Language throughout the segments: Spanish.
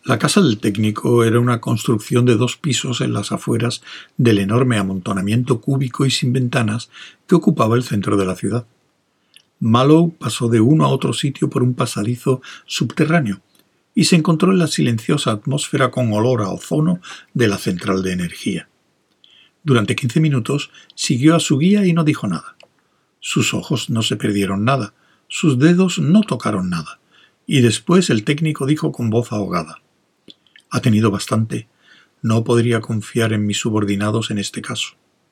La casa del técnico era una construcción de 2 pisos en las afueras del enorme amontonamiento cúbico y sin ventanas que ocupaba el centro de la ciudad. Mallow pasó de uno a otro sitio por un pasadizo subterráneo y se encontró en la silenciosa atmósfera con olor a ozono de la central de energía. Durante 15 minutos siguió a su guía y no dijo nada. Sus ojos no se perdieron nada, sus dedos no tocaron nada, y después el técnico dijo con voz ahogada: «Ha tenido bastante. No podría confiar en mis subordinados en este caso».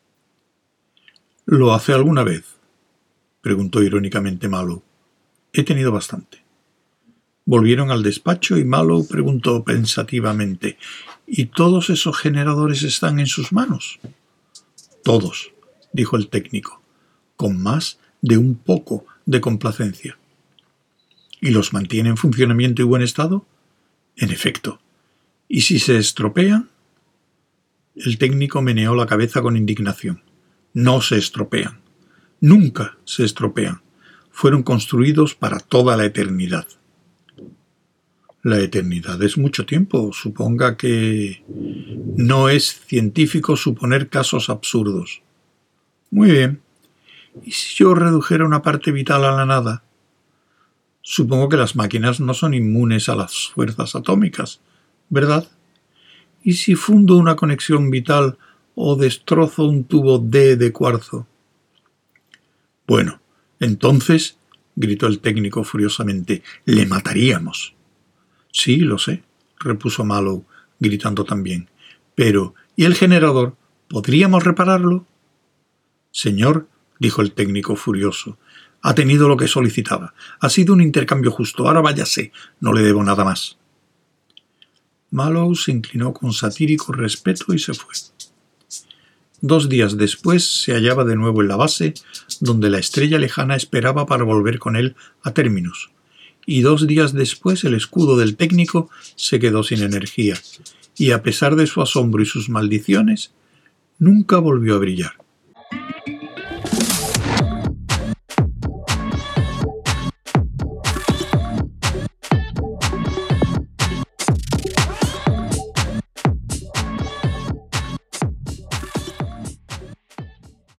«¿Lo hace alguna vez?», preguntó irónicamente Mallow. «He tenido bastante». Volvieron al despacho y Mallow preguntó pensativamente: «¿Y todos esos generadores están en sus manos?». «Todos», dijo el técnico, con más de un poco de complacencia. «¿Y los mantiene en funcionamiento y buen estado?». «En efecto». «¿Y si se estropean?». El técnico meneó la cabeza con indignación. «No se estropean. Nunca se estropean. Fueron construidos para toda la eternidad». «La eternidad es mucho tiempo. Suponga que...». «No es científico suponer casos absurdos». «Muy bien. ¿Y si yo redujera una parte vital a la nada?». «Supongo que las máquinas no son inmunes a las fuerzas atómicas, ¿verdad? ¿Y si fundo una conexión vital o destrozo un tubo D de cuarzo?». «Bueno, entonces», gritó el técnico furiosamente, «le mataríamos». «Sí, lo sé», repuso Mallow, gritando también. «Pero, ¿y el generador? ¿Podríamos repararlo?». «Señor», dijo el técnico furioso, «ha tenido lo que solicitaba. Ha sido un intercambio justo. Ahora váyase. No le debo nada más». Mallow se inclinó con satírico respeto y se fue. 2 días después se hallaba de nuevo en la base, donde la estrella lejana esperaba para volver con él a Terminus. Y 2 días después el escudo del técnico se quedó sin energía, y a pesar de su asombro y sus maldiciones, nunca volvió a brillar.